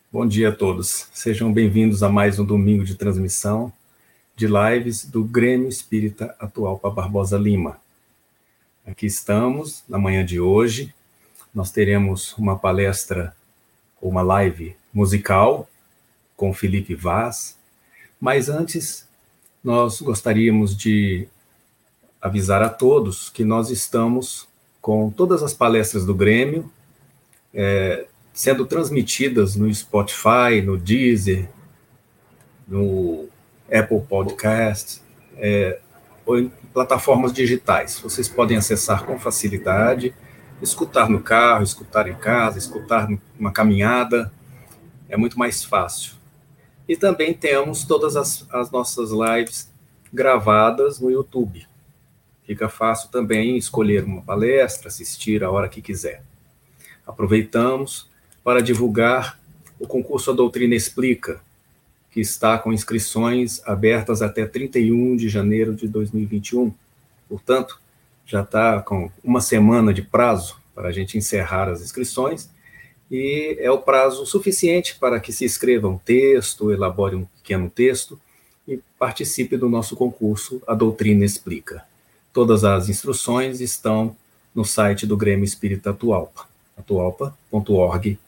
Bom dia a todos. Sejam bem-vindos a mais um domingo de transmissão de lives do Grêmio Espírita Atualpa Barbosa Lima. Aqui estamos, na manhã de hoje. Nós teremos uma palestra, uma live musical com Felipe Vaz. Mas antes, nós gostaríamos de avisar a todos que nós estamos com todas as palestras do Grêmio sendo transmitidas no Spotify, no Deezer, no Apple Podcast, ou em plataformas digitais. Vocês podem acessar com facilidade, escutar no carro, escutar em casa, escutar numa caminhada, é muito mais fácil. E também temos todas as nossas lives gravadas no YouTube. Fica fácil também escolher uma palestra, assistir a hora que quiser. Aproveitamos para divulgar o concurso A Doutrina Explica, que está com inscrições abertas até 31 de janeiro de 2021. Portanto, já está com uma semana de prazo para a gente encerrar as inscrições, e é o prazo suficiente para que se escreva um texto, elabore um pequeno texto e participe do nosso concurso A Doutrina Explica. Todas as instruções estão no site do Grêmio Espírita Atualpa, atualpa.org.br.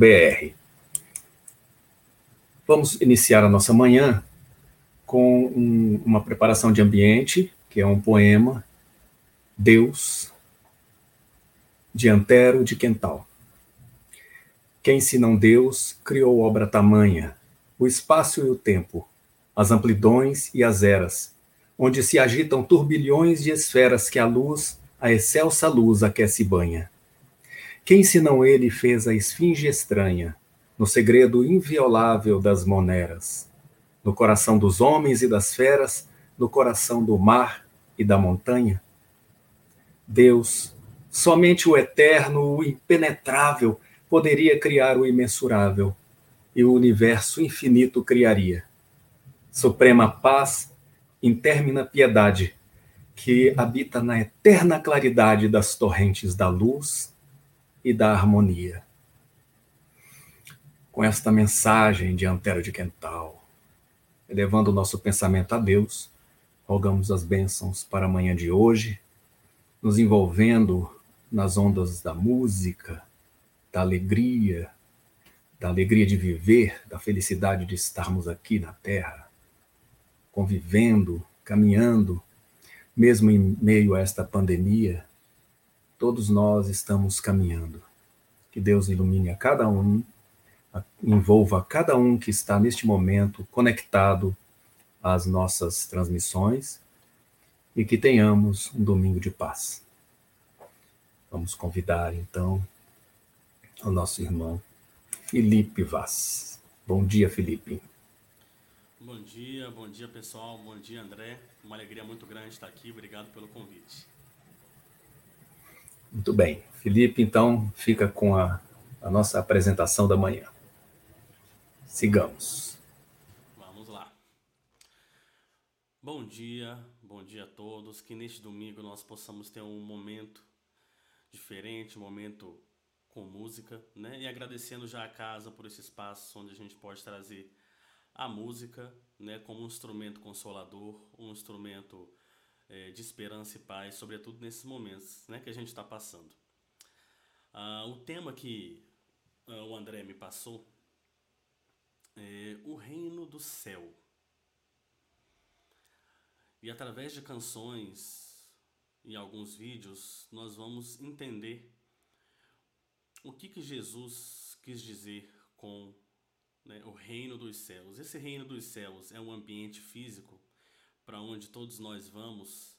Vamos iniciar a nossa manhã com uma preparação de ambiente, que é um poema, Deus, de Antero de Quental. Quem senão Deus criou obra tamanha, o espaço e o tempo, as amplidões e as eras, onde se agitam turbilhões de esferas que a luz, a excelsa luz aquece e banha. Quem senão ele fez a esfinge estranha, no segredo inviolável das moneras, no coração dos homens e das feras, no coração do mar e da montanha? Deus, somente o eterno, o impenetrável, poderia criar o imensurável, e o universo infinito criaria. Suprema paz, intermina piedade, que habita na eterna claridade das torrentes da luz e da harmonia. Com esta mensagem de Antero de Quental, elevando o nosso pensamento a Deus, rogamos as bênçãos para a manhã de hoje, nos envolvendo nas ondas da música, da alegria de viver, da felicidade de estarmos aqui na Terra, convivendo, caminhando, mesmo em meio a esta pandemia, todos nós estamos caminhando. Que Deus ilumine a cada um, envolva cada um que está neste momento conectado às nossas transmissões e que tenhamos um domingo de paz. Vamos convidar, então, o nosso irmão Felipe Vaz. Bom dia, Felipe. Bom dia pessoal, bom dia André, uma alegria muito grande estar aqui, obrigado pelo convite. Muito bem, Felipe, então fica com a nossa apresentação da manhã. Sigamos. Vamos lá. Bom dia a todos, que neste domingo nós possamos ter um momento diferente, um momento com música, né? E agradecendo já a casa por esse espaço onde a gente pode trazer a música, né, como um instrumento consolador, um instrumento de esperança e paz, sobretudo nesses momentos, né, que a gente está passando. O tema que o André me passou é o reino do céu. E através de canções e alguns vídeos, nós vamos entender o que Jesus quis dizer com, né, o reino dos céus. Esse reino dos céus é um ambiente físico para onde todos nós vamos,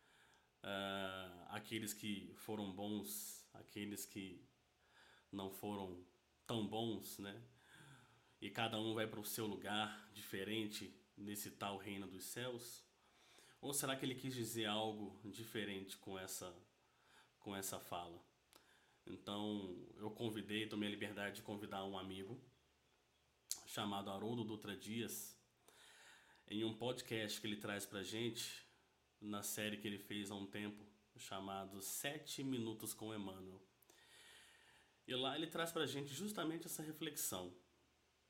aqueles que foram bons, aqueles que não foram tão bons, né? E cada um vai para o seu lugar diferente nesse tal reino dos céus? Ou será que ele quis dizer algo diferente com essa fala? Então eu tomei a liberdade de convidar um amigo chamado Haroldo Dutra Dias, em um podcast que ele traz pra gente, na série que ele fez há um tempo, chamado 7 Minutos com Emmanuel. E lá ele traz pra gente justamente essa reflexão.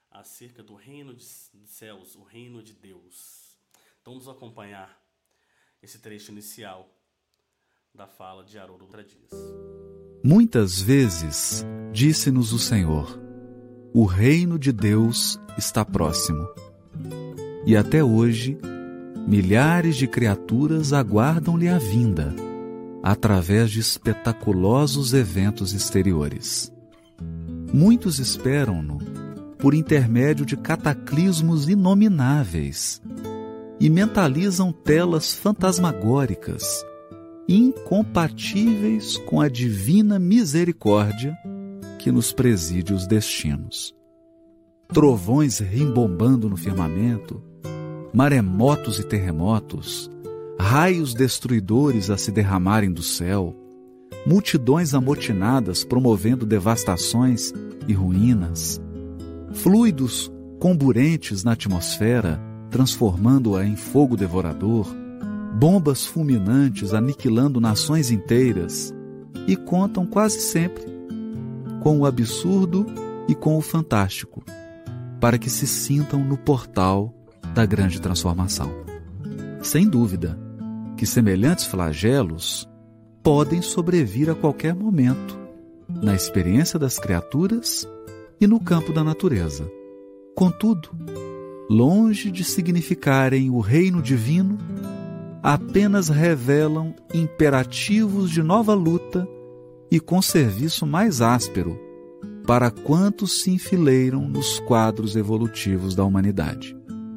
acerca do reino dos céus, o reino de Deus. Então vamos acompanhar esse trecho inicial da fala de Haroldo Dutra Dias. Muitas vezes disse-nos o Senhor: o reino de Deus está próximo. E até hoje, milhares de criaturas aguardam-lhe a vinda, através de espetaculosos eventos exteriores. Muitos esperam-no por intermédio de cataclismos inomináveis e mentalizam telas fantasmagóricas, incompatíveis com a divina misericórdia que nos preside os destinos. Trovões rimbombando no firmamento, maremotos e terremotos, raios destruidores a se derramarem do céu, multidões amotinadas promovendo devastações e ruínas, fluidos comburentes na atmosfera, transformando-a em fogo devorador, bombas fulminantes aniquilando nações inteiras, e contam quase sempre com o absurdo e com o fantástico, para que se sintam no portal da grande transformação. Sem dúvida que semelhantes flagelos podem sobrevir a qualquer momento, na experiência das criaturas e no campo da natureza. Contudo, longe de significarem o reino divino, apenas revelam imperativos de nova luta e com serviço mais áspero para quantos se enfileiram nos quadros evolutivos da humanidade.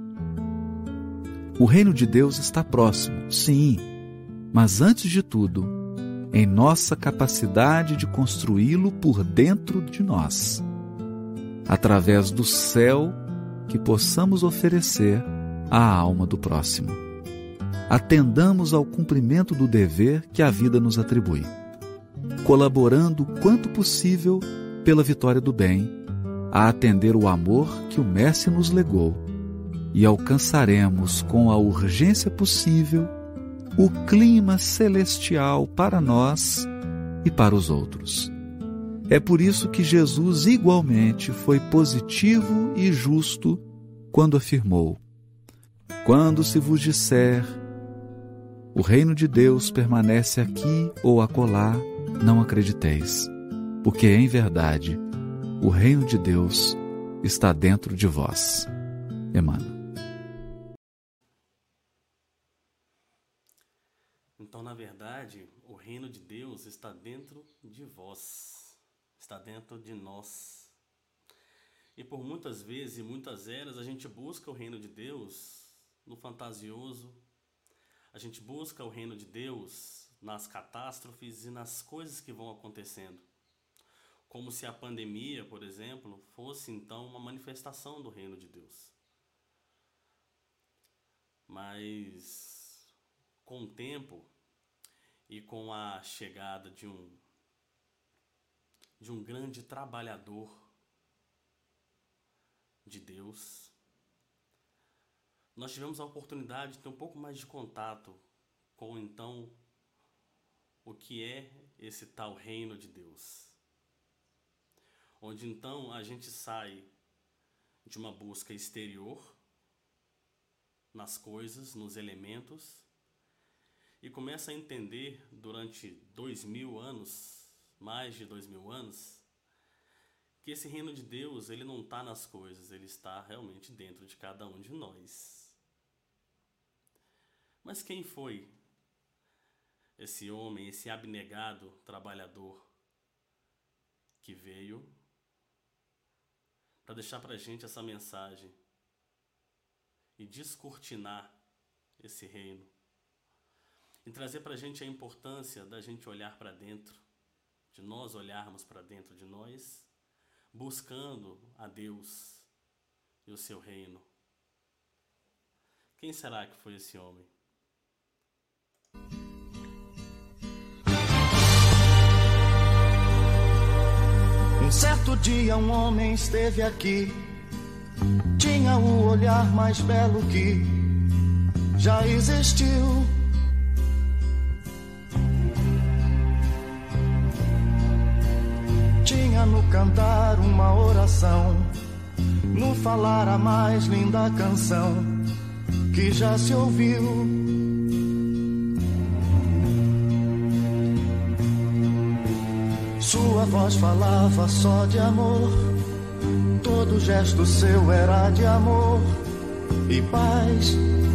O reino de Deus está próximo, sim, mas antes de tudo, em nossa capacidade de construí-lo por dentro de nós, através do céu que possamos oferecer à alma do próximo. Atendamos ao cumprimento do dever que a vida nos atribui, colaborando quanto possível pela vitória do bem, a atender o amor que o Mestre nos legou, e alcançaremos com a urgência possível o clima celestial para nós e para os outros. É por isso que Jesus igualmente foi positivo e justo quando afirmou: quando se vos disser, o reino de Deus permanece aqui ou acolá, não acrediteis, porque em verdade o reino de Deus está dentro de vós. Emmanuel. Então, na verdade, o reino de Deus está dentro de vós, está dentro de nós. E por muitas vezes e muitas eras a gente busca o reino de Deus no fantasioso, a gente busca o reino de Deus nas catástrofes e nas coisas que vão acontecendo. Como se a pandemia, por exemplo, fosse então uma manifestação do reino de Deus. Mas com o tempo e com a chegada de um grande trabalhador de Deus, nós tivemos a oportunidade de ter um pouco mais de contato com, então, o que é esse tal reino de Deus. Onde, então, a gente sai de uma busca exterior, nas coisas, nos elementos, e começa a entender, durante 2000 anos, mais de 2000 anos, que esse reino de Deus, ele não está nas coisas, ele está realmente dentro de cada um de nós. Mas quem foi esse homem, esse abnegado trabalhador que veio para deixar para a gente essa mensagem e descortinar esse reino e trazer para a gente a importância da gente olhar para dentro, de nós olharmos para dentro de nós, buscando a Deus e o seu reino? Quem será que foi esse homem? Um certo dia um homem esteve aqui, tinha o olhar mais belo que já existiu. Tinha no cantar uma oração no falar a mais linda canção que já se ouviu. Sua voz falava só de amor, todo gesto seu era de amor e paz.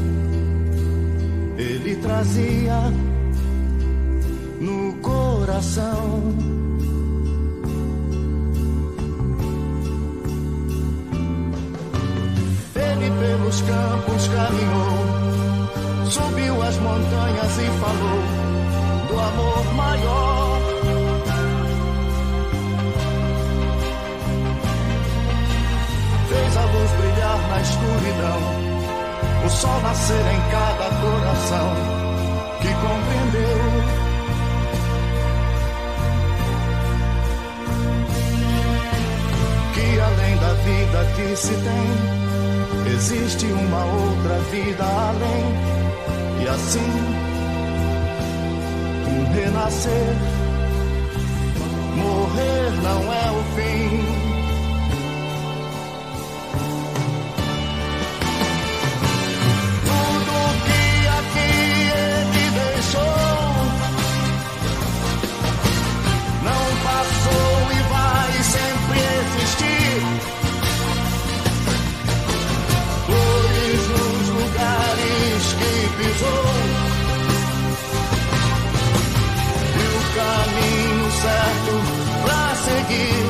Ele trazia no coração. Ele pelos campos caminhou, subiu as montanhas e falou do amor maior. Fez a luz brilhar na escuridão, o sol nascer em cada coração que compreendeu. Que além da vida que se tem, existe uma outra vida além. E assim, um renascer, morrer não é o fim. Caminho certo pra seguir.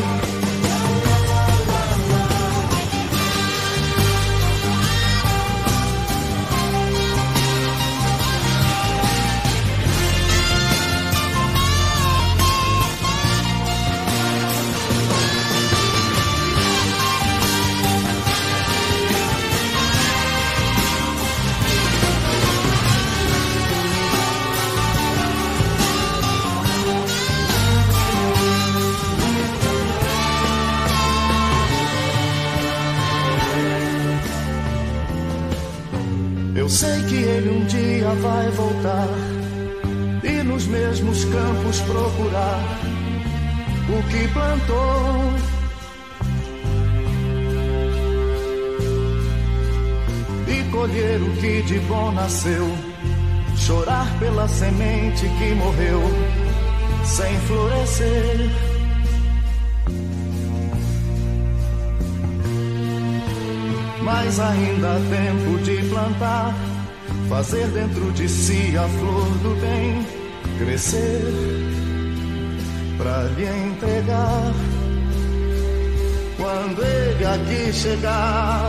Eu sei que ele um dia vai voltar e nos mesmos campos procurar o que plantou. E colher o que de bom nasceu, chorar pela semente que morreu sem florescer. Mas ainda há tempo de plantar, fazer dentro de si a flor do bem crescer, pra lhe entregar quando ele aqui chegar.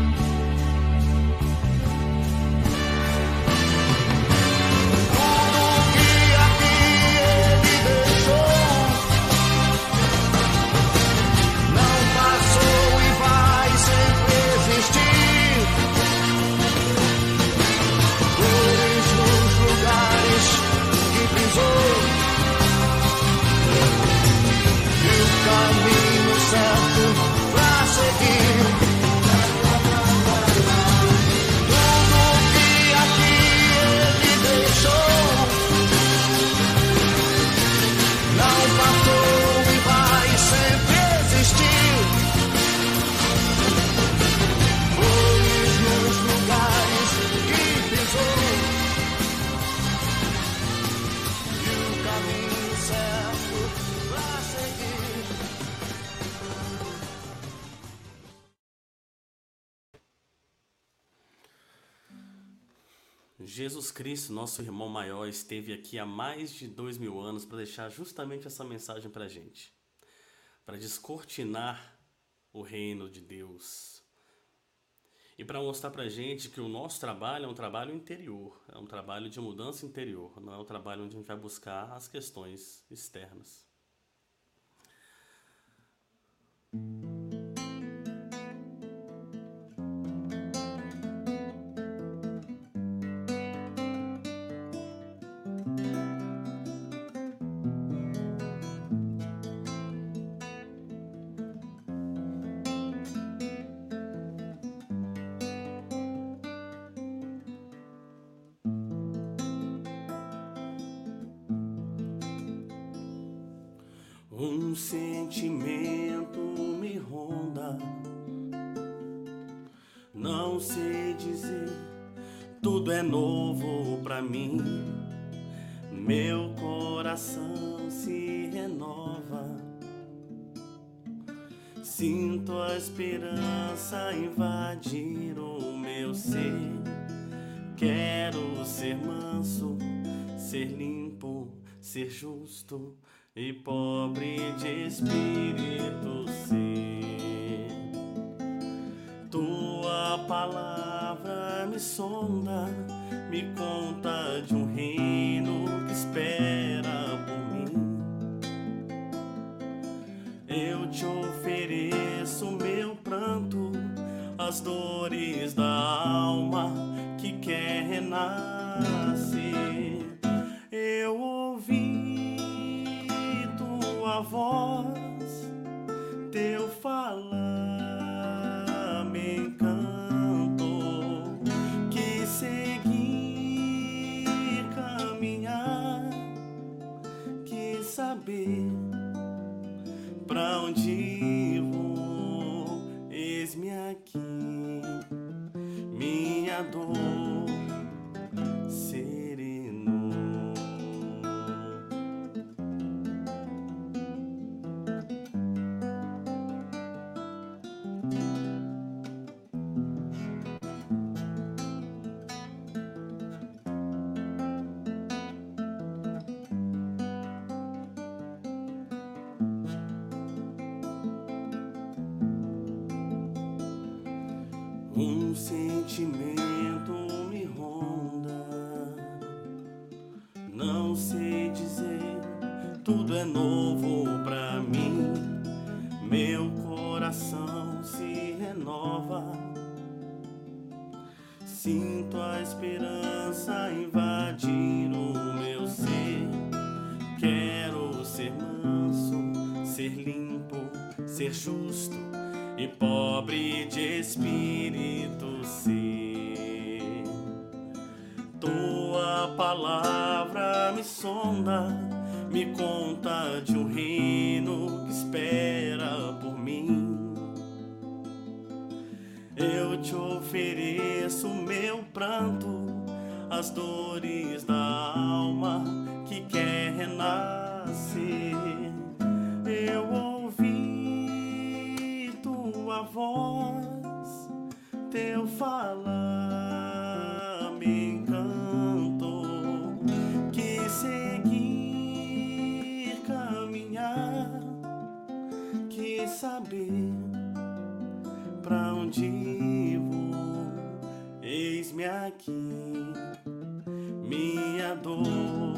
Jesus Cristo, nosso irmão maior, esteve aqui há mais de 2000 anos para deixar justamente essa mensagem para a gente. Para descortinar o reino de Deus. E para mostrar para a gente que o nosso trabalho é um trabalho interior. É um trabalho de mudança interior. Não é um trabalho onde a gente vai buscar as questões externas. Um sentimento me ronda, Não sei dizer, tudo é novo pra mim. Meu coração se renova. Sinto a esperança invadir o meu ser. Quero ser manso, ser limpo, ser justo e pobre de espírito ser. Tua palavra me sonda, me conta de um reino que espera por mim. Eu te ofereço meu pranto, as dores da alma que quer renascer. Eu ouvi tua voz, teu falar me encantou. Que seguir, caminhar, que saber pra onde vou. Eis-me aqui, minha dor sereno. Um sentimento me ronda, não sei dizer, tudo é novo pra mim. Meu coração se renova, sinto a esperança invadir o meu ser. Quero ser manso, ser limpo, ser justo e pobre de espírito ser. Tua palavra me sonda, me conta de um reino que espera por mim. Eu te ofereço meu pranto, as dores da alma que quer renascer. Eu ouvi tua voz, teu falar me encantou. Que seguir, caminhar, que saber pra onde vou. Eis-me aqui, minha dor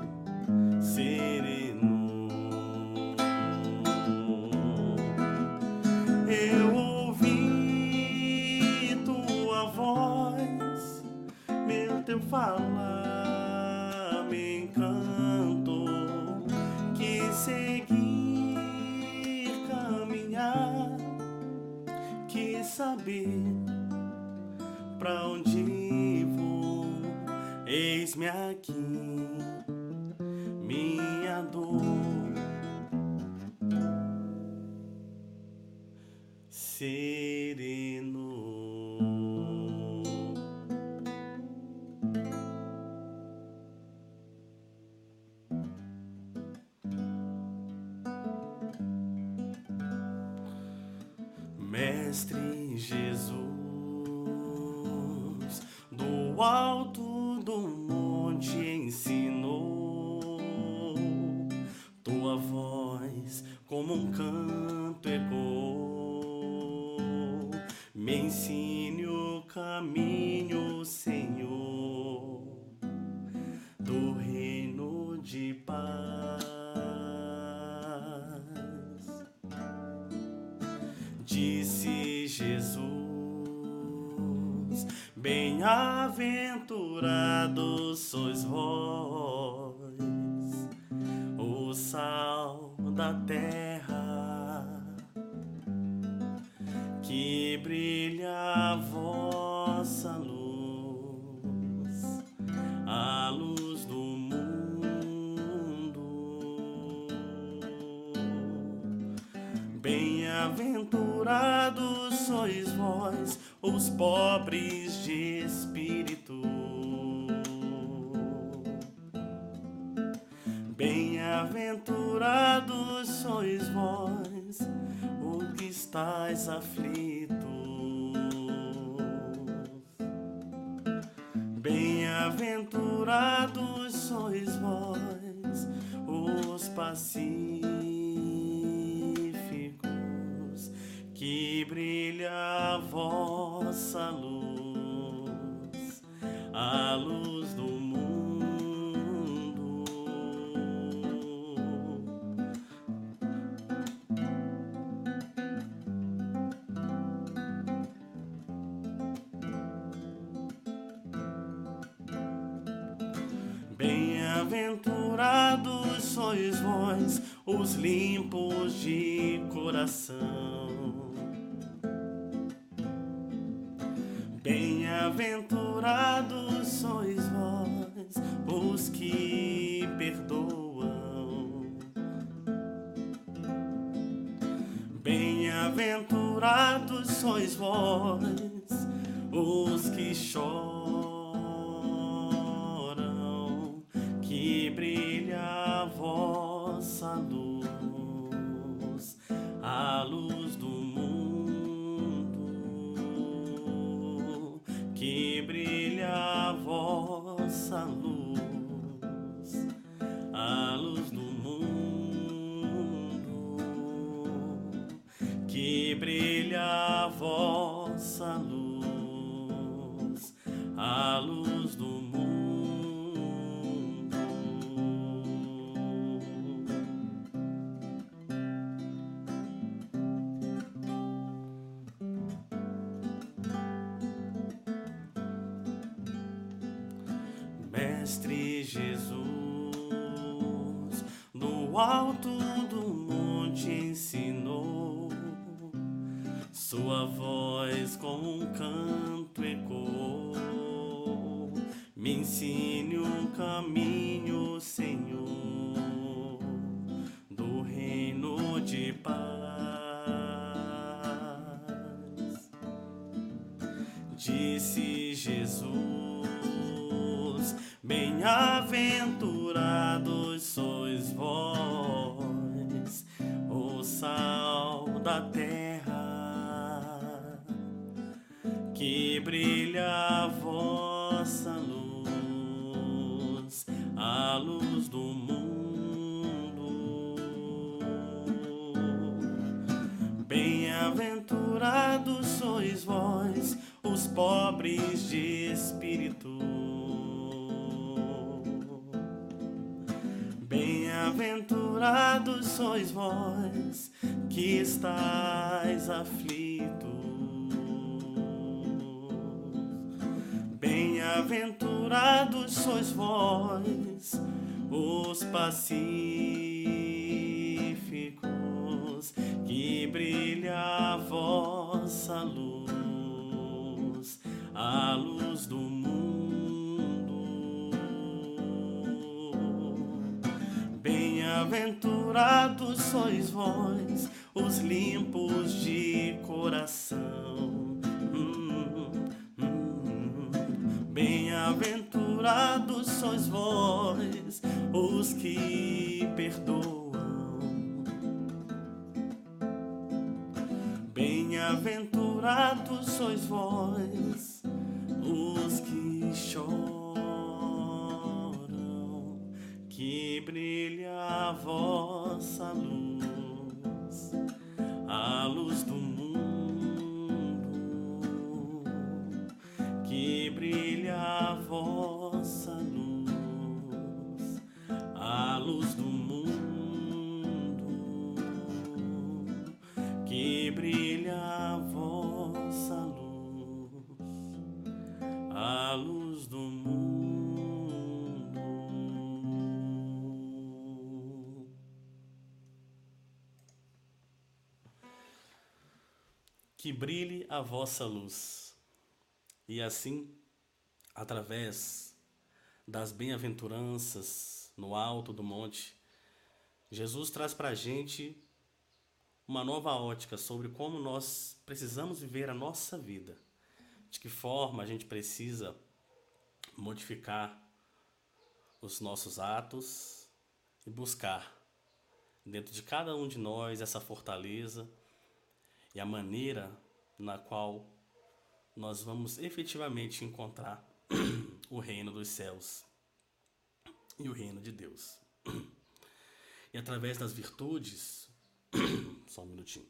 sereno. Eu ouvi tua voz, meu teu falar me encantou. Que seguir, caminhar, que saber pra onde vou. Eis-me aqui, minha dor sereno. Mestre Jesus, do alto do monte ensinou, tua voz como um canto ecoou. Me ensine o caminho, Senhor, do reino de paz. Disse Jesus, bem-aventurados sois vós, o sal da terra, que brilha a vossa luz, a luz do mundo. Bem-aventurados sois vós, os pobres de espírito. Bem-aventurados sois vós, o que estáis aflitos. Bem-aventurados sois vós, os pacíficos, que brilha a vossa luz, a luz do mundo. Bem-aventurados sois vós, os limpos de coração. Bem-aventurados sois vós, os que perdoam. Bem-aventurados sois vós, os que choram, que brilha a vossa luz, a luz do mundo, que brilha a vossa luz, a luz do mundo, que brilha a vossa luz, a luz do mundo. Mestre Jesus, do alto do monte ensinou, sua voz com um canto ecoou. Me ensine o caminho, Senhor, do reino de paz. Disse Jesus: bem-aventurados sois vós, o sal da terra, que brilha a vossa luz, a luz do mundo. Bem-aventurados sois vós, os pobres de espírito. Bem-aventurados sois vós, que estáis aflitos. Bem-aventurados sois vós, os pacíficos, que brilha a vossa luz, a luz do mundo. Bem-aventurados sois vós, os limpos de coração. Bem-aventurados sois vós, os que perdoam. Bem-aventurados sois vós, os que choram, que brilha a vossa luz, a luz do mundo, que brilha a vossa luz, a luz do mundo, que brilha a vossa luz, a luz do mundo. Que brilhe a vossa luz. E assim, através das bem-aventuranças no alto do monte, Jesus traz para a gente uma nova ótica sobre como nós precisamos viver a nossa vida. de que forma a gente precisa modificar os nossos atos e buscar dentro de cada um de nós essa fortaleza e a maneira na qual nós vamos efetivamente encontrar o reino dos céus e o reino de Deus. E através das virtudes, só um minutinho.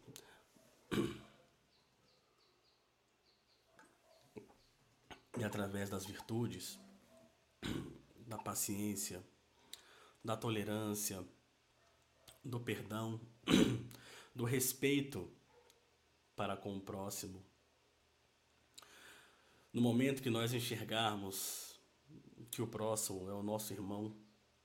E através das virtudes, da paciência, da tolerância, do perdão, do respeito para com o próximo. No momento que nós enxergarmos que o próximo é o nosso irmão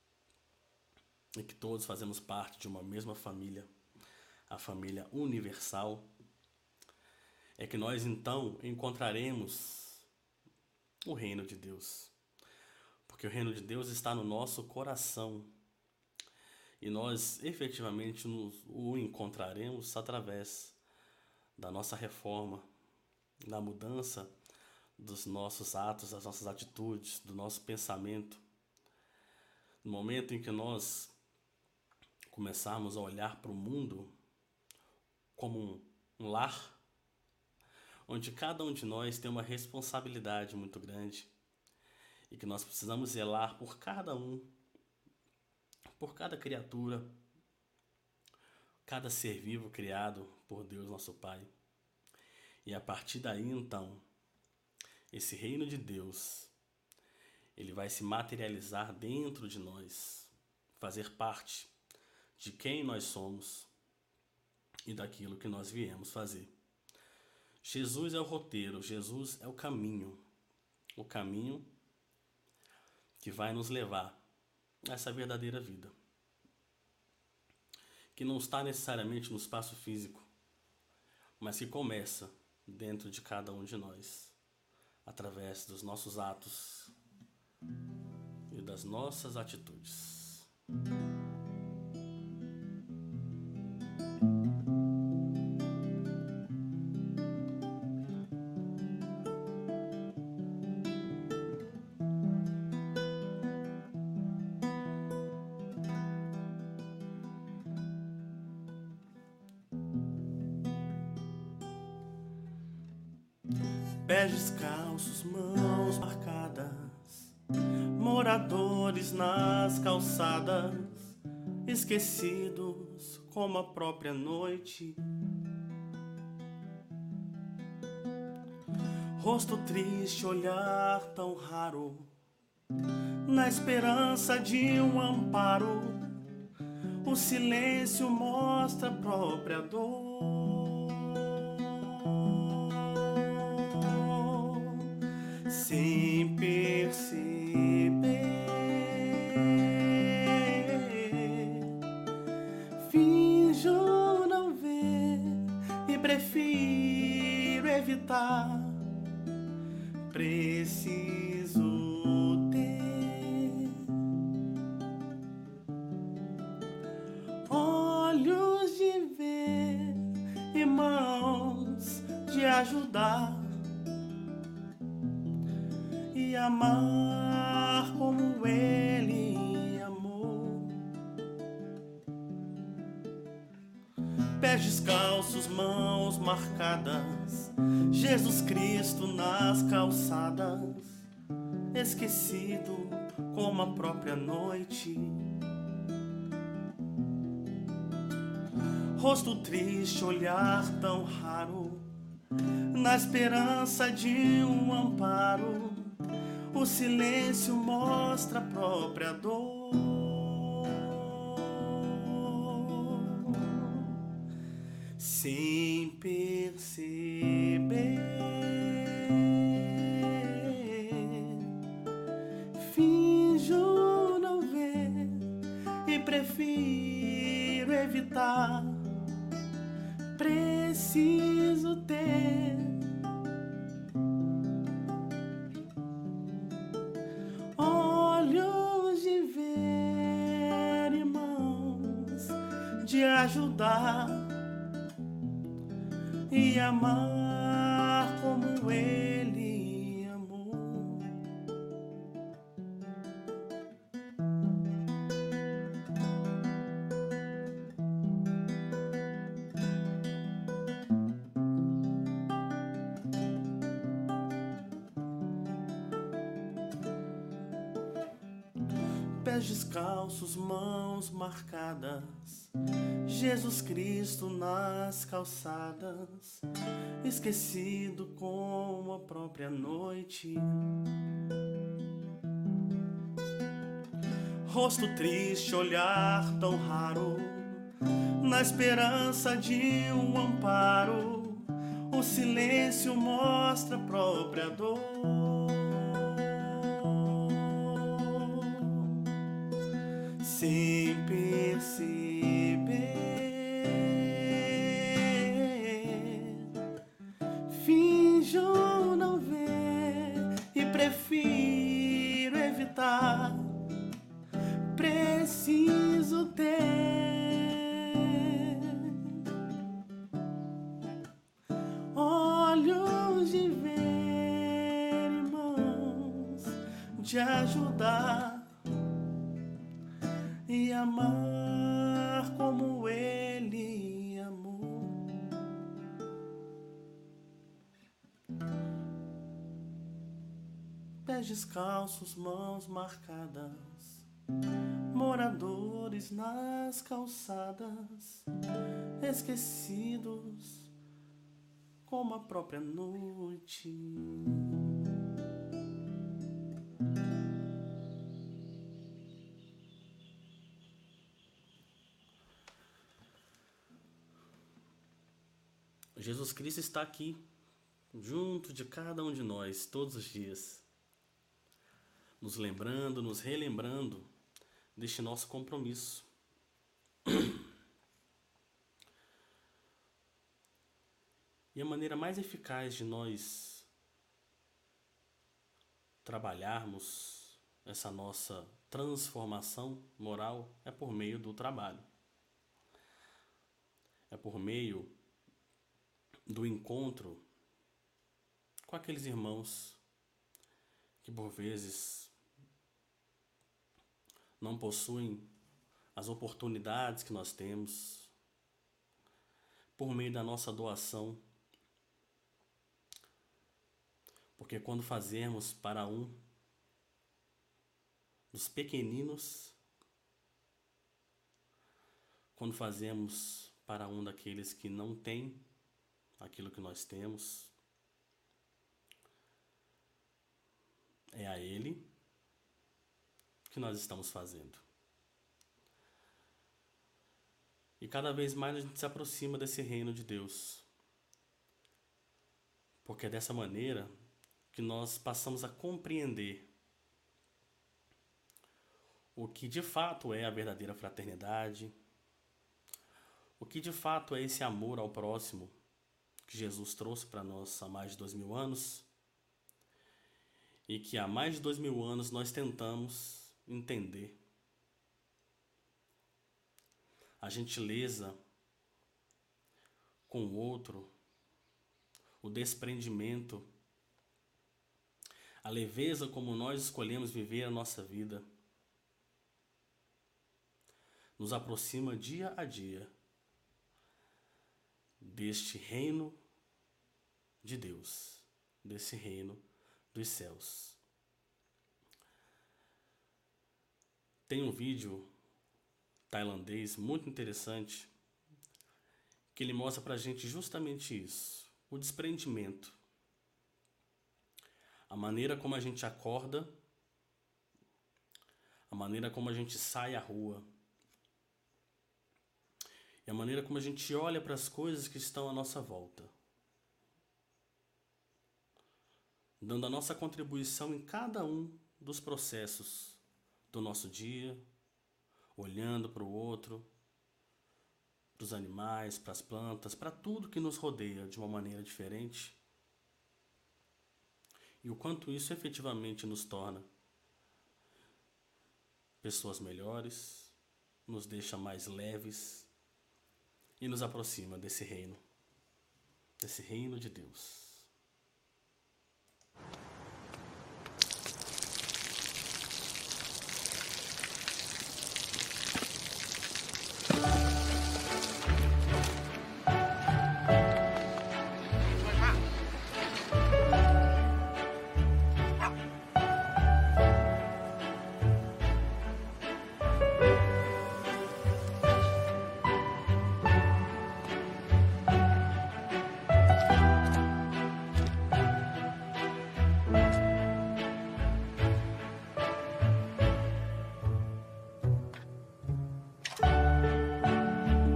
e que todos fazemos parte de uma mesma família, a família universal, é que nós então encontraremos o reino de Deus. Porque o reino de Deus está no nosso coração. E nós efetivamente o encontraremos através da nossa reforma, da mudança dos nossos atos, das nossas atitudes, do nosso pensamento. No momento em que nós começarmos a olhar para o mundo como um lar, onde cada um de nós tem uma responsabilidade muito grande e que nós precisamos zelar por cada um, por cada criatura, cada ser vivo criado por Deus nosso Pai. E a partir daí, então, esse reino de Deus, ele vai se materializar dentro de nós, fazer parte de quem nós somos e daquilo que nós viemos fazer. Jesus é o roteiro, Jesus é o caminho que vai nos levar a essa verdadeira vida, que não está necessariamente no espaço físico, mas que começa dentro de cada um de nós, através dos nossos atos e das nossas atitudes. Pés descalços, mãos marcadas, moradores nas calçadas, esquecidos como a própria noite. Rosto triste, olhar tão raro, na esperança de um amparo, o silêncio mostra a própria dor. Sem perceber, finjo não ver e prefiro evitar. Preciso ter olhos de ver e mãos de ajudar e amar como Ele amou. Pés descalços, mãos marcadas, Jesus Cristo nas calçadas, esquecido como a própria noite. Rosto triste, olhar tão raro, na esperança de um amparo, o silêncio mostra a própria dor. Sem perceber, finjo não ver e prefiro evitar. Preciso ter olhos de ver e mãos de ajudar e amar como Ele Pés descalços, mãos marcadas, Jesus Cristo nas calçadas, esquecido como a própria noite. Rosto triste, olhar tão raro, na esperança de um amparo, o silêncio mostra a própria dor. Sem perceber, finjo não ver e prefiro evitar. Preciso ter olhos de ver e mãos de ajudar e amar como Ele amou. Pés descalços, mãos marcadas, moradores nas calçadas, esquecidos como a própria noite. Jesus Cristo está aqui, junto de cada um de nós, todos os dias, nos lembrando, nos relembrando deste nosso compromisso. E a maneira mais eficaz de nós trabalharmos essa nossa transformação moral é por meio do trabalho. É por meio do encontro com aqueles irmãos que por vezes não possuem as oportunidades que nós temos, por meio da nossa doação. Porque quando fazemos para um dos pequeninos, quando fazemos para um daqueles que não tem aquilo que nós temos, é a Ele que nós estamos fazendo. E cada vez mais a gente se aproxima desse reino de Deus. Porque é dessa maneira que nós passamos a compreender o que de fato é a verdadeira fraternidade, o que de fato é esse amor ao próximo que Jesus trouxe para nós há mais de 2000 anos e que há mais de 2000 anos nós tentamos entender. A gentileza com o outro, o desprendimento, a leveza como nós escolhemos viver a nossa vida, nos aproxima dia a dia deste reino de Deus, desse reino dos céus. Tem um vídeo tailandês muito interessante que ele mostra pra gente justamente isso, o desprendimento. A maneira como a gente acorda, a maneira como a gente sai à rua, e a maneira como a gente olha para as coisas que estão à nossa volta, dando a nossa contribuição em cada um dos processos do nosso dia, olhando para o outro, para os animais, para as plantas, para tudo que nos rodeia de uma maneira diferente. E o quanto isso efetivamente nos torna pessoas melhores, nos deixa mais leves e nos aproxima desse reino de Deus.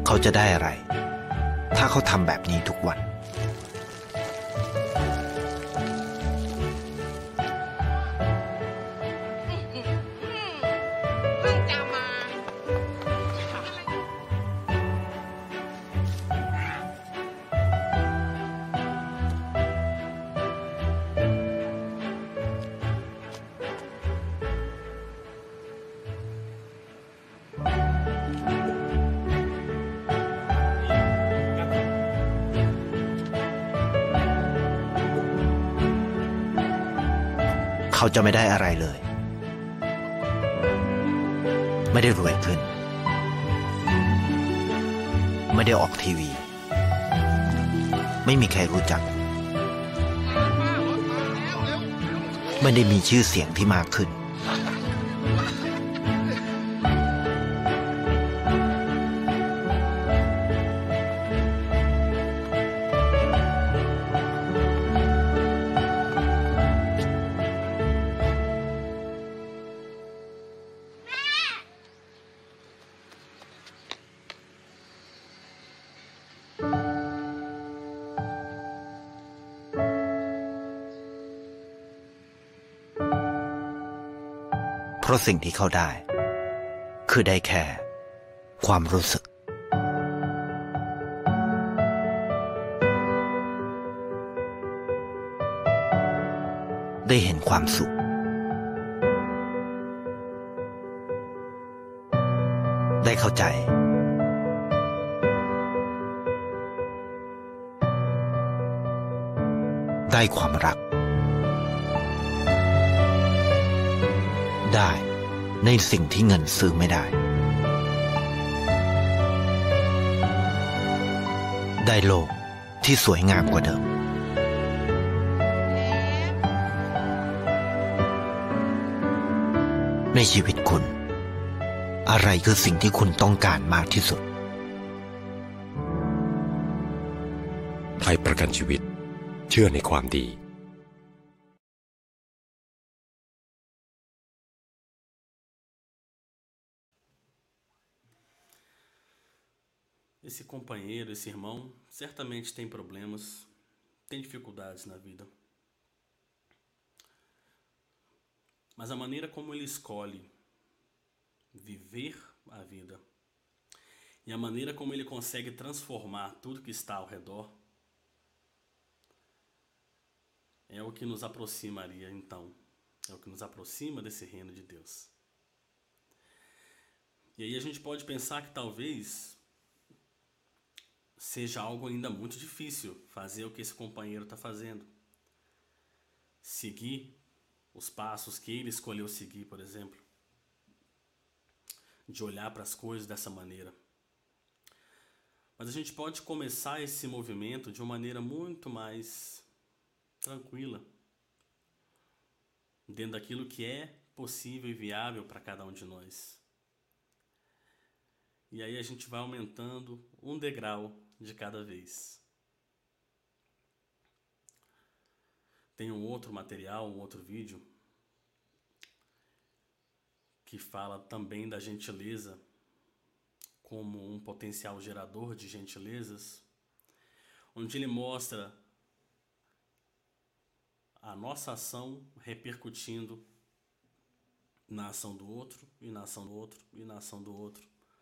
เขาจะได้อะไรถ้าเขาทำแบบนี้ทุกวันเขาจะไม่ได้อะไรเลยไม่ได้รวยขึ้นไม่ได้ออกทีวีไม่มีใครรู้จักไม่ได้มีชื่อเสียงที่มากขึ้นเพราะสิ่งที่เขาได้คือได้แค่ความรู้สึกได้เห็นความสุขได้เข้าใจได้ความรักได้ในสิ่งที่เงินซื้อไม่ได้ได้โลกที่สวยงามกว่าเดิมในชีวิตคุณอะไรคือสิ่งที่คุณต้องการมากที่สุดไทยประกันชีวิตเชื่อในความดี Esse companheiro, esse irmão, certamente tem problemas, tem dificuldades na vida. Mas a maneira como ele escolhe viver a vida e a maneira como ele consegue transformar tudo que está ao redor é o que nos aproximaria, então. É o que nos aproxima desse reino de Deus. E aí a gente pode pensar que talvez seja algo ainda muito difícil fazer o que esse companheiro está fazendo. Seguir os passos que ele escolheu seguir, por exemplo. De olhar para as coisas dessa maneira. Mas a gente pode começar esse movimento de uma maneira muito mais tranquila. Dentro daquilo que é possível e viável para cada um de nós. E aí a gente vai aumentando um degrau de cada vez. Tem um outro material, um outro vídeo que fala também da gentileza como um potencial gerador de gentilezas, onde ele mostra a nossa ação repercutindo na ação do outro, e na ação do outro, e na ação do outro.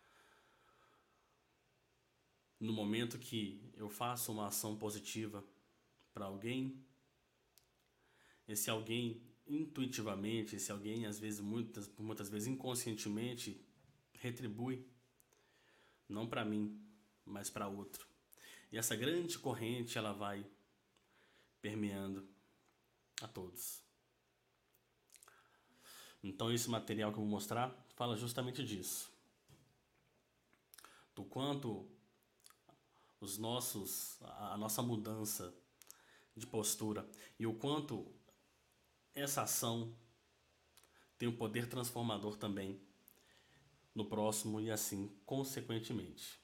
No momento que eu faço uma ação positiva para alguém, esse alguém intuitivamente, esse alguém às vezes muitas vezes inconscientemente retribui, não para mim, mas para outro. E essa grande corrente ela vai permeando a todos. Então esse material que eu vou mostrar fala justamente disso. Do quanto a nossa mudança de postura e o quanto essa ação tem um poder transformador também no próximo e assim consequentemente.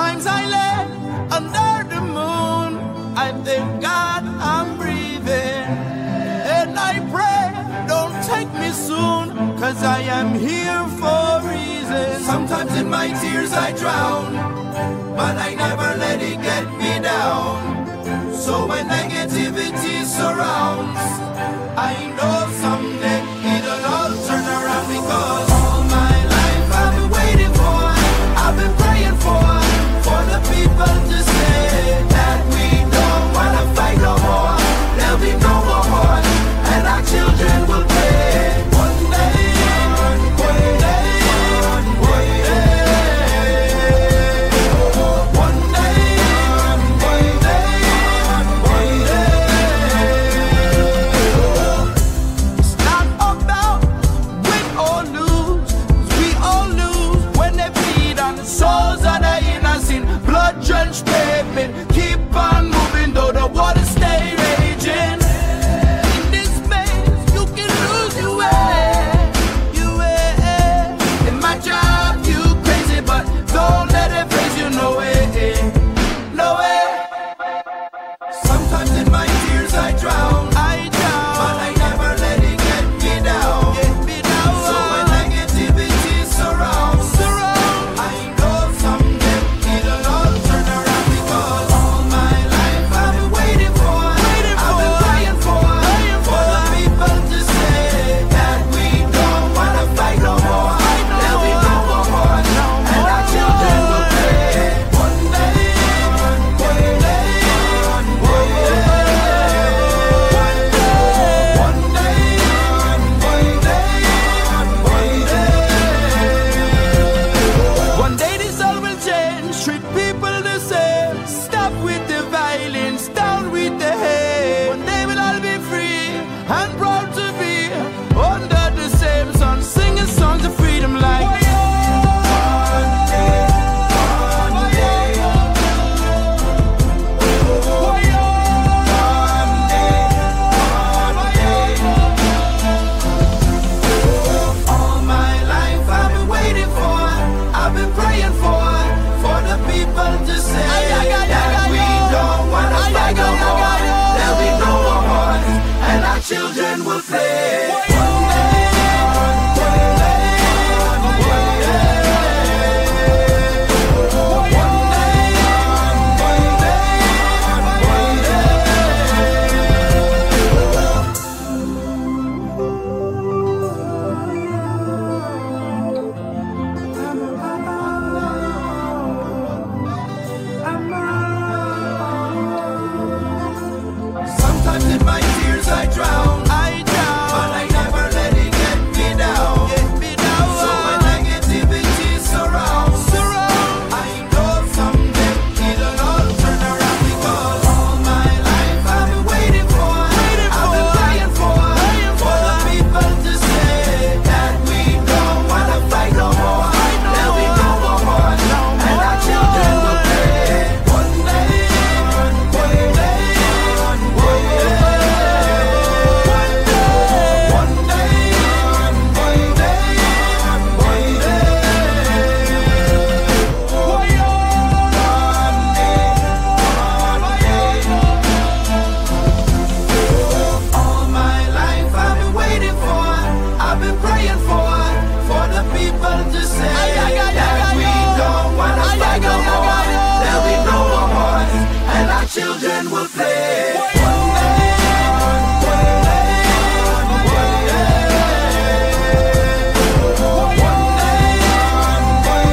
Sometimes I lay under the moon, I thank God I'm breathing, and I pray, don't take me soon, 'cause I am here for a reason. Sometimes in my tears I drown, but I never let it get me down. So when negativity surrounds, I know someday it'll all turn around, because all my life I've been waiting for, I've been praying for the people to say that we don't wanna fight no more. There'll be no more wars, and our children will play. One day, one day, one day, one day, one day, one day. It's not about win or lose, 'cause we all lose when they feed on the souls of the innocent. Blood-drenched pavement, keep on moving though the water stay raging. In this maze, you can lose your way, your way. It might drive you crazy, but don't let it phase you, no way, no way. Sometimes in my tears I drown, but I never let it get me down. So when negativity surrounds, I know someday it'll all turn around, because all my life I've been waiting for, I've been praying for the people to say that we don't wanna fight no more. There'll be no more wars, and our children will play. One day, one day, one day, one day, one day this all will change, treat people the same. Stop with the violence, down with the hate. One day we'll all be free and proud to be under the same sun, singing songs of freedom like one day, one day, all my life I've been waiting for, I've been praying for the people to say that we don't wanna fight no more. There'll be no more wars, and our children will play. One day, one day, one day, one Sometimes in my tears I drown, but I never let it get me down. So when negativity surrounds, I know someday it'll all turn around, because all my life I've been waiting for, I've been praying for the people to say that we don't wanna fight no more. There'll be no more wars, and our children will play. One day, one day, one day, one day, one day, one day. All my life I've been waiting for, I've been praying for the people to say that we don't wanna fight no more. There'll be no more wars, and our children will play. One day, one day, one day, one day, one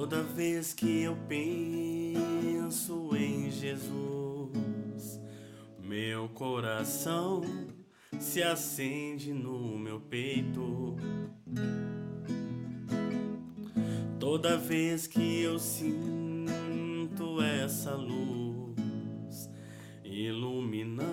Toda vez que eu penso em Jesus, meu coração se acende no meu peito. Toda vez que eu sinto essa luz iluminando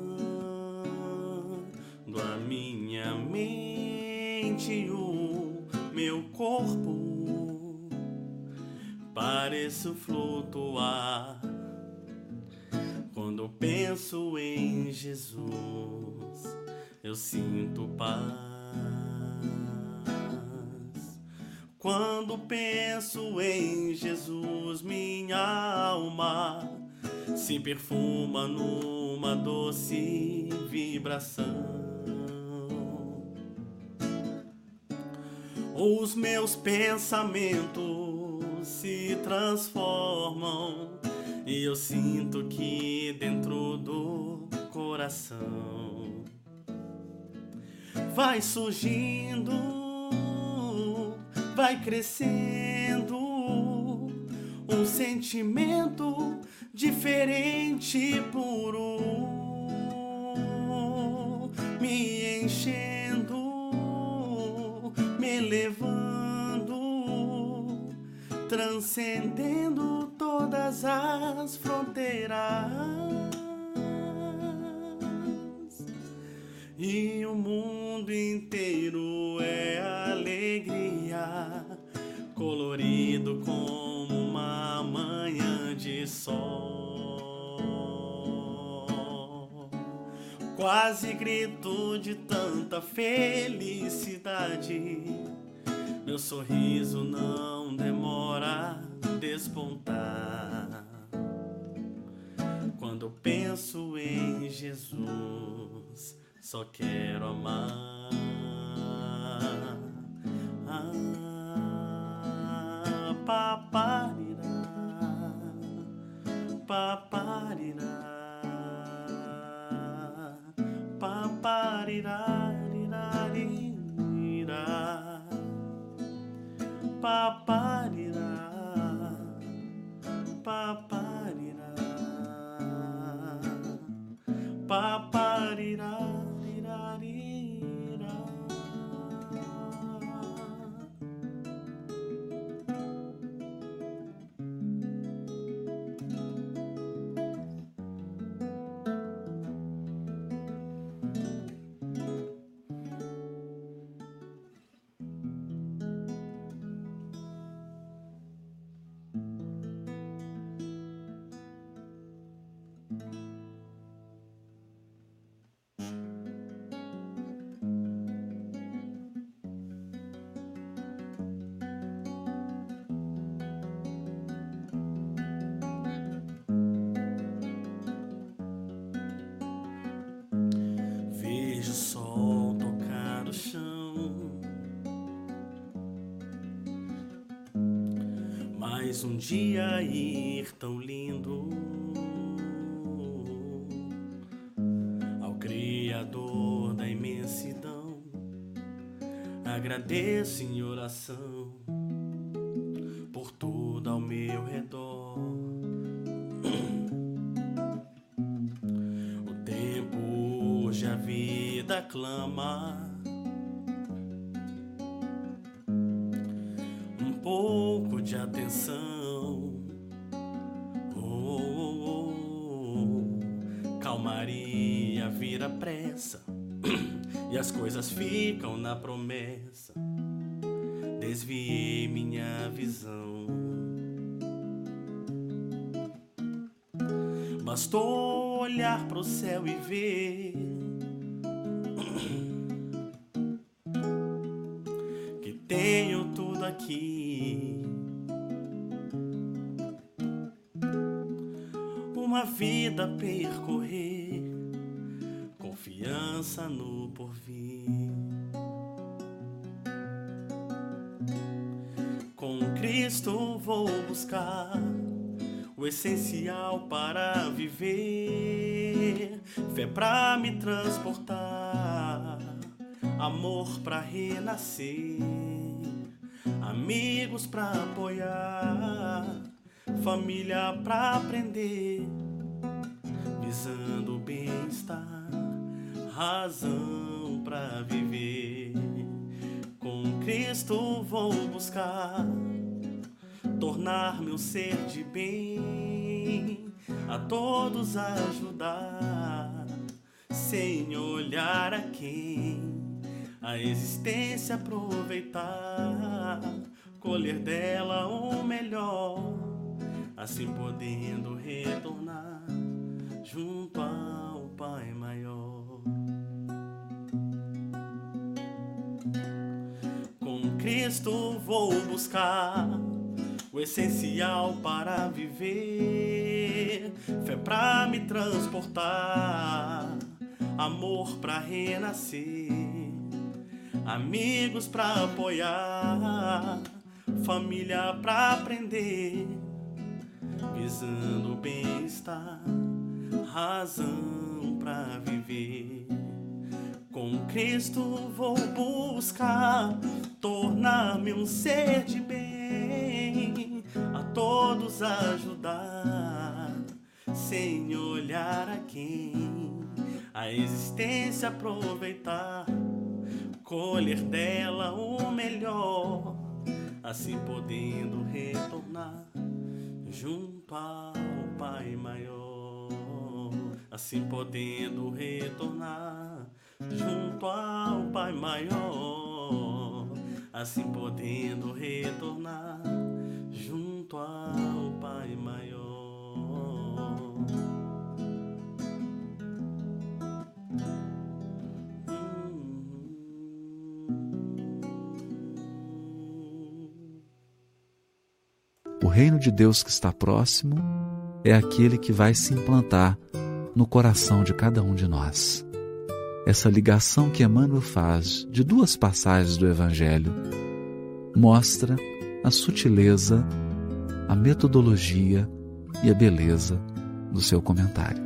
a minha mente e o meu corpo, pareço flutuar. Quando penso em Jesus, eu sinto paz. Quando penso em Jesus, minha alma se perfuma numa doce vibração. Os meus pensamentos se transformam e eu sinto que dentro do coração vai surgindo, vai crescendo um sentimento diferente, puro, me enchendo, me elevando, transcendendo todas as fronteiras. E o mundo inteiro é alegria, colorido como uma manhã de sol. Quase grito de tanta felicidade, meu sorriso não demora a despontar. Quando penso em Jesus, só quero amar. Paparirá, paparirá, paparirá, rirá, paparirá, paparirá, paparirá, rirá. Vejo o sol tocar o chão, mais um dia ir tão lindo. Ao Criador da imensidão, agradeço em oração por tudo ao meu redor. O tempo urge, a vida clama, um pouco de atenção. Calmaria vira pressa e as coisas ficam na promessa. Desviei minha visão, bastou olhar pro céu e ver que tenho tudo aqui. Uma vida a percorrer, confiança no porvir. Com Cristo vou buscar o essencial para viver, fé pra me transportar, amor pra renascer, a amigos pra apoiar, família pra aprender, visando o bem-estar, razão pra viver. Com Cristo vou buscar tornar meu ser de bem, a todos ajudar, sem olhar a quem, a existência aproveitar, colher dela o melhor, assim podendo retornar junto ao Pai Maior. Com Cristo vou buscar o essencial para viver, fé pra me transportar, amor pra renascer, amigos pra apoiar, família pra aprender, visando o bem-estar, razão pra viver. Com Cristo vou buscar tornar-me um ser de bem, a todos ajudar, sem olhar a quem, a existência aproveitar, colher dela o melhor, assim podendo retornar junto ao Pai Maior, assim podendo retornar junto ao Pai Maior, assim podendo retornar junto ao Pai Maior. O reino de Deus que está próximo é aquele que vai se implantar no coração de cada um de nós. Essa ligação que Emmanuel faz de duas passagens do Evangelho mostra a sutileza, a metodologia e a beleza do seu comentário.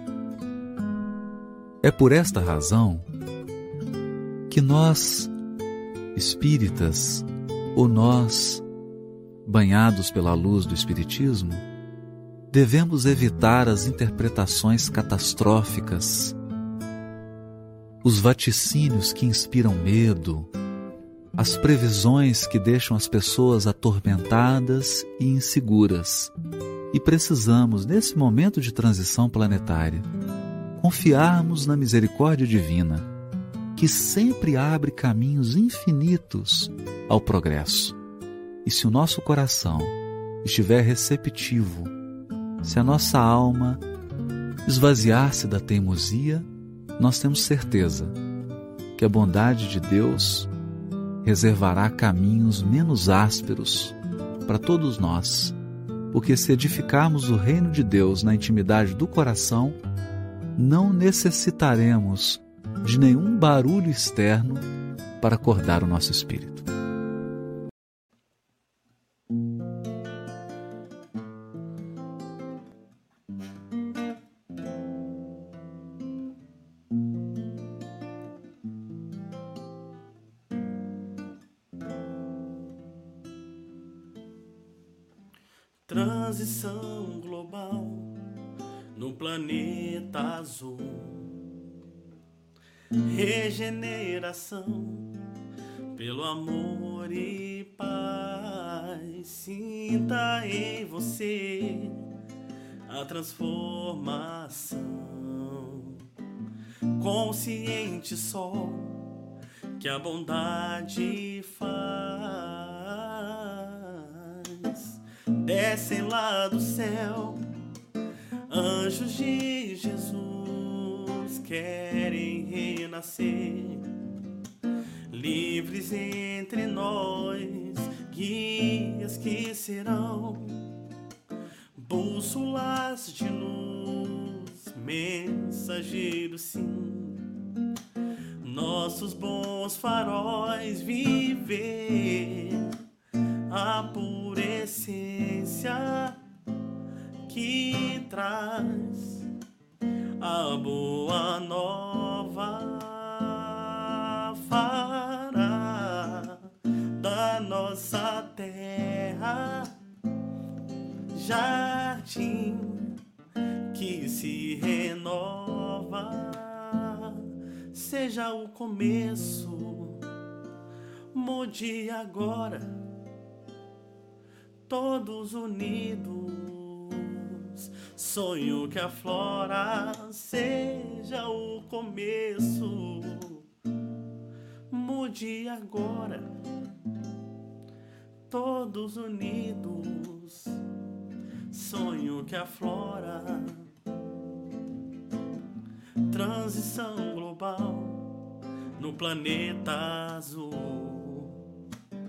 É por esta razão que nós, espíritas, ou nós, banhados pela luz do Espiritismo, devemos evitar as interpretações catastróficas, os vaticínios que inspiram medo, as previsões que deixam as pessoas atormentadas e inseguras. E precisamos, nesse momento de transição planetária, confiarmos na misericórdia divina, que sempre abre caminhos infinitos ao progresso. E se o nosso coração estiver receptivo, se a nossa alma esvaziar-se da teimosia, nós temos certeza que a bondade de Deus reservará caminhos menos ásperos para todos nós, porque se edificarmos o reino de Deus na intimidade do coração, não necessitaremos de nenhum barulho externo para acordar o nosso espírito. Transição global no planeta azul, regeneração pelo amor e paz. Sinta em você a transformação, consciente só que a bondade faz. Descem lá do céu anjos de Jesus, querem renascer, livres entre nós, guias que serão bússolas de luz, mensageiros sim, nossos bons faróis, viver a pura essência que traz a boa nova, fará da nossa terra, jardim que se renova, seja o começo, mude agora, todos unidos, sonho que aflora, seja o começo, mude agora, todos unidos, sonho que aflora, transição global no planeta azul,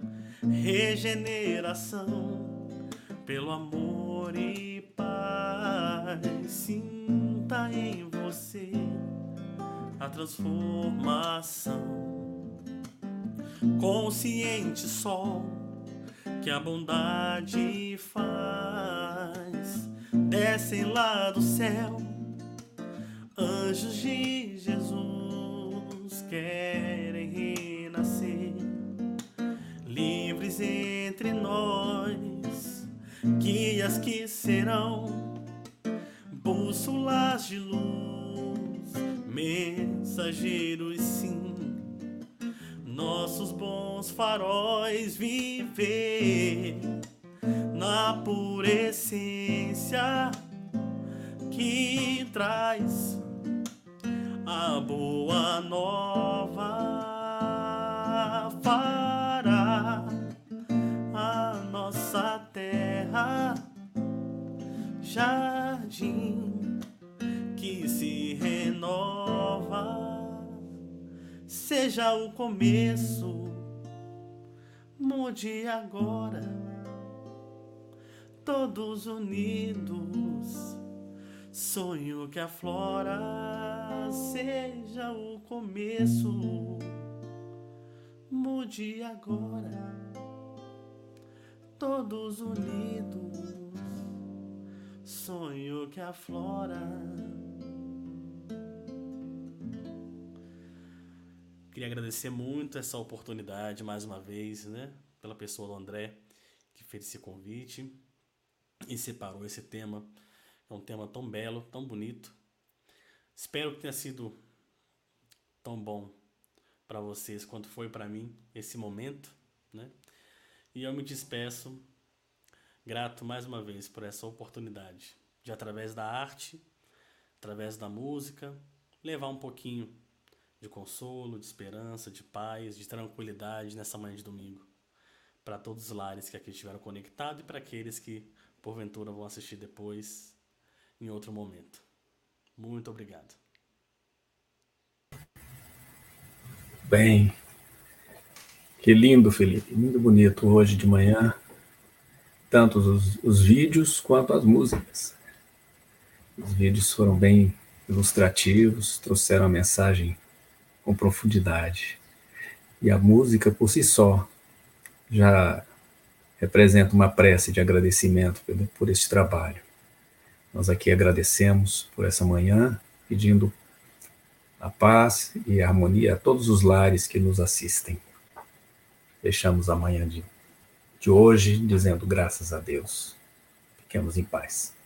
regeneração pelo amor e paz, sinta em você a transformação, consciente sol que a bondade faz, descem lá do céu anjos de Jesus, querem renascer, livres entre nós, guias que serão bússolas de luz, mensageiros sim, nossos bons faróis, viver na pura essência que traz a boa nova, fará a nossa terra jardim que se renova, seja o começo, mude agora, todos unidos, sonho que aflora, seja o começo, mude agora, todos unidos, sonho que aflora. Queria agradecer muito essa oportunidade mais uma vez, né, pela pessoa do André, que fez esse convite e separou esse tema. É um tema tão belo, tão bonito. Espero que tenha sido tão bom para vocês quanto foi para mim esse momento, né? E eu me despeço, grato mais uma vez por essa oportunidade de, através da arte, através da música, levar um pouquinho de consolo, de esperança, de paz, de tranquilidade nessa manhã de domingo, para todos os lares que aqui estiveram conectados e para aqueles que porventura vão assistir depois, em outro momento. Muito obrigado. Bem, que lindo, Felipe, muito bonito hoje de manhã, tanto os vídeos quanto as músicas. Os vídeos foram bem ilustrativos, trouxeram a mensagem com profundidade. E a música por si só já representa uma prece de agradecimento por este trabalho. Nós aqui agradecemos por essa manhã, pedindo a paz e a harmonia a todos os lares que nos assistem. Fechamos a manhã de hoje dizendo graças a Deus. Fiquemos em paz.